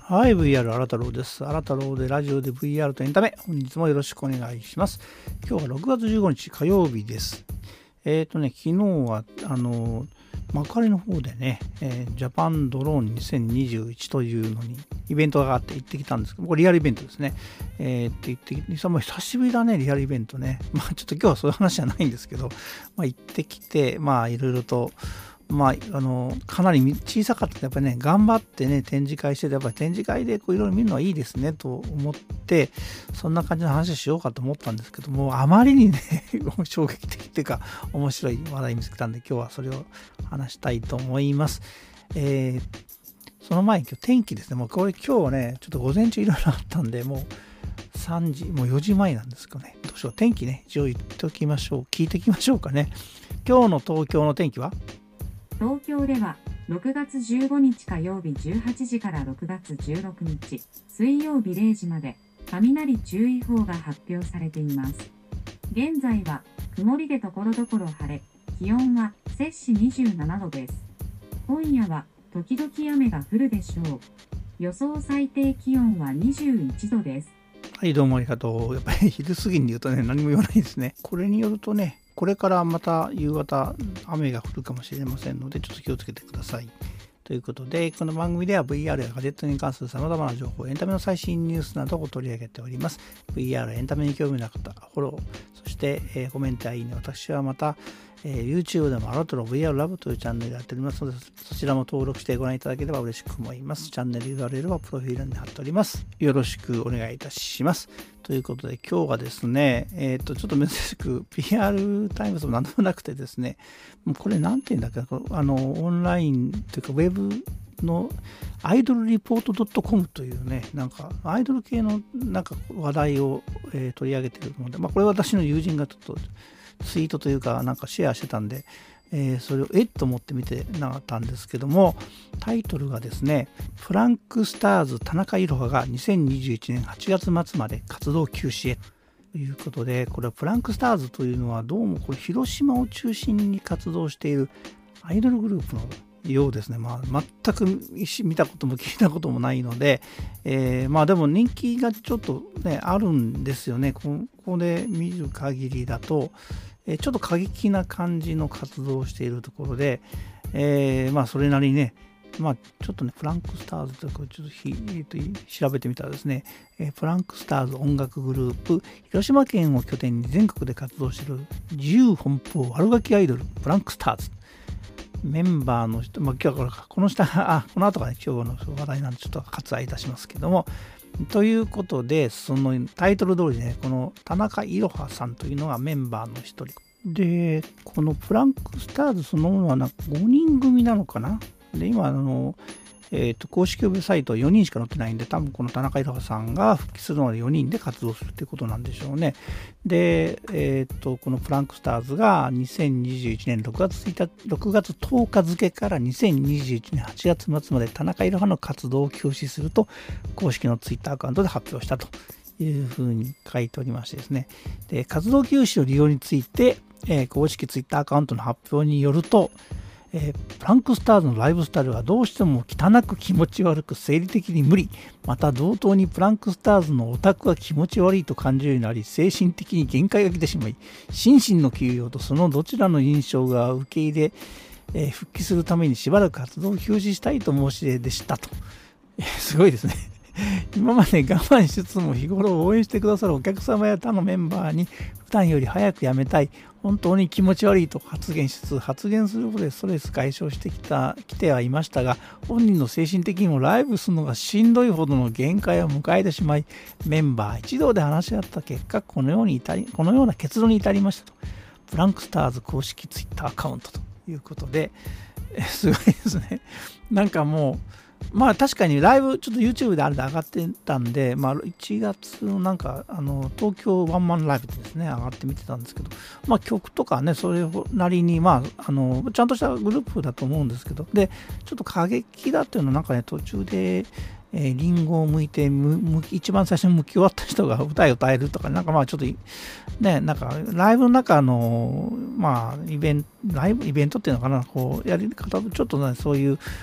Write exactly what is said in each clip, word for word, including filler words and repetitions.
はい、ブイアール 新太郎です。新太郎でラジオで ブイアール とエンタメ、本日もよろしくお願いします。今日はろくがつじゅうごにち火曜日です。えっ、ー、とね、昨日は、あの、幕張の方でね、えー、ジャパンドローンにせんにじゅういちというのにイベントがあって行ってきたんですけど、これリアルイベントですね。えー、って言ってきて、もう久しぶりだね、リアルイベントね。まあちょっと今日はそういう話じゃないんですけど、まあ行ってきて、まあいろいろと、まあ、あのかなり小さかったやっぱりね頑張ってね展示会しててやっぱり展示会でこういろいろ見るのはいいですねと思ってそんな感じの話をしようかと思ったんですけどもあまりにね衝撃的っていうか面白い話題見つけたんで今日はそれを話したいと思います。えー、その前に今日天気ですねもうこれ今日ねちょっと午前中いろいろあったんでもうさんじもうよじまえなんですかねどうしよう天気ね一応言っておきましょう聞いておきましょうかね。今日の東京の天気は東京ではろくがつじゅうごにち火曜日じゅうはちじからろくがつじゅうろくにち水曜日れいじまで雷注意報が発表されています。現在は曇りでところどころ晴れ、気温は摂氏にじゅうななどです。今夜は時々雨が降るでしょう。予想最低気温はにじゅういちどです。 はいどうもありがとう。やっぱり昼過ぎに言うとね何も言わないですね。これによるとねこれからまた夕方雨が降るかもしれませんのでちょっと気をつけてください。ということでこの番組では ブイアール やガジェットに関するさまざまな情報エンタメの最新ニュースなどを取り上げております。 ブイアール エンタメに興味のある方フォローそして、えー、コメントやいいね私はまた、えー、YouTube でもアラトロ ブイアール ラブというチャンネルやっておりますのでそちらも登録してご覧いただければ嬉しく思います。チャンネル ユーアールエル はプロフィールに貼っております。よろしくお願いいたします。ということで今日はですね、えっ、ー、とちょっと珍しく ピーアール タイムズも何でもなくてですね、もうこれなんて言うんだっけあのオンラインというかウェブのアイドルリポート .com というね、なんかアイドル系のなんか話題を、えー、取り上げているので、まあこれは私の友人がちょっとツイートというかなんかシェアしてたんで、えー、それをえっと思って見てなかったんですけどもタイトルがですねフランクスターズ田中いろはがにせんにじゅういちねんはちがつまつまで活動休止へということでこれはフランクスターズというのはどうもこれ広島を中心に活動しているアイドルグループのようですね。まあ全く見たことも聞いたこともないので、えー、まあでも人気がちょっとねあるんですよね。ここで見る限りだとちょっと過激な感じの活動をしているところで、えー、まあそれなりにね、まあちょっとね、フランクスターズというか、ちょっとひ、えー、と調べてみたらですね、えー、フランクスターズ音楽グループ、広島県を拠点に全国で活動している自由奔放悪ガキアイドル、フランクスターズ。メンバーの人、まあ今日はこの下、あ、この後がね、今日の話題なんでちょっと割愛いたしますけども、ということで、そのタイトル通りね、この田中いろはさんというのがメンバーの一人。で、このフランクスターズそのものはなんかごにん組なのかなで、今、あの、えっと、公式ウェブサイトよにんしか載ってないんで、多分この田中いろはさんが復帰するのでよにんで活動するっていうことなんでしょうね。で、えっと、このフランクスターズがにせんにじゅういちねんろくがつついたち、ろくがつとおか付からにせんにじゅういちねんはちがつまつまで田中いろはの活動を休止すると、公式のツイッターアカウントで発表したというふうに書いておりましてですね。で、活動休止の理由について、えー、公式ツイッターアカウントの発表によると、えー、フランクスターズのライブスタイルはどうしても汚く気持ち悪く生理的に無理また同等にフランクスターズのオタクは気持ち悪いと感じるようになり精神的に限界が来てしまい心身の休養とそのどちらの印象が受け入れ、えー、復帰するためにしばらく活動を休止したいと申し出でしたと、えー、すごいですね今まで我慢しつつも日頃応援してくださるお客様や他のメンバーに普段より早く辞めたい本当に気持ち悪いと発言しつつ発言することでストレス解消してきた来てはいましたが本人の精神的にもライブするのがしんどいほどの限界を迎えてしまいメンバー一同で話し合った結果このように至りこのような結論に至りましたとフランクスターズ公式ツイッターアカウントということですごいですね。なんかもうまあ確かにライブちょっと YouTube であれで上がってたんで、まあいちがつのなんかあの東京ワンマンライブでですね上がって見てたんですけど、まあ曲とかねそれなりにまああのちゃんとしたグループだと思うんですけど、でちょっと過激だっていうのなんかね途中でえー、リンゴを剥いてむ一番最初に剥き終わった人が歌い歌えるとかなんかまあちょっとねなんかライブの中のまあイベントライブイベントっていうのかなこうやり方とちょっとねそういう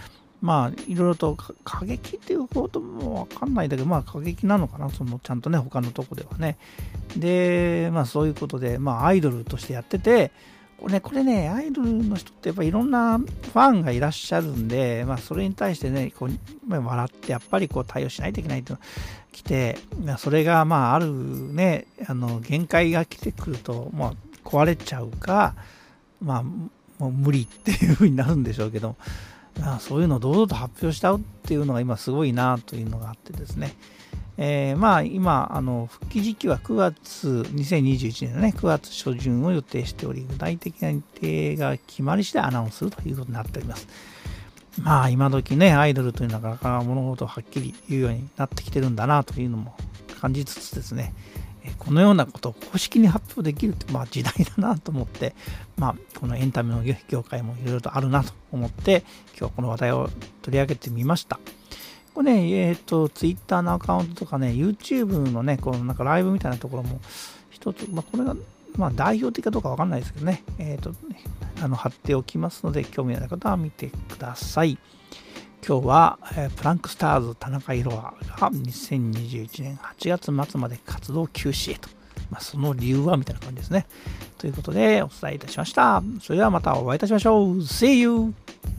まあいろいろと過激っていうこともわかんないんだけど、まあ過激なのかな、そのちゃんとね他のとこではね。でまあそういうことで、まあアイドルとしてやってて、これね、これねアイドルの人ってやっぱりいろんなファンがいらっしゃるんで、まあそれに対してねこう笑ってやっぱりこう対応しないといけないと来て、それがまああるねあの限界が来てくると、まあ壊れちゃうか、まあもう無理っていう風になるんでしょうけど、まあ、そういうのを堂々と発表しちゃうっていうのが今すごいなというのがあってですね、えー、まあ今あの復帰時期はくがつにせんにじゅういちねんのねくがつ初旬を予定しており、具体的な日程が決まり次第アナウンスするということになっております。まあ今時ねアイドルというのはなかなか物事をはっきり言うようになってきてるんだなというのも感じつつですね、このようなことを公式に発表できるって、まあ、時代だなと思って、まあ、このエンタメの業界もいろいろとあるなと思って、今日はこの話題を取り上げてみました。これね、えっと、Twitter のアカウントとかね、YouTube のね、このなんかライブみたいなところも一つ、まあ、これが、まあ、代表的かどうかわかんないですけどね、えっと、あの貼っておきますので、興味のある方は見てください。今日は、えー、プランクスターズ田中宏和がにせんにじゅういちねんはちがつ末まで活動休止へと、まあ、その理由はみたいな感じですね。ということでお伝えいたしました。それではまたお会いいたしましょう。See you!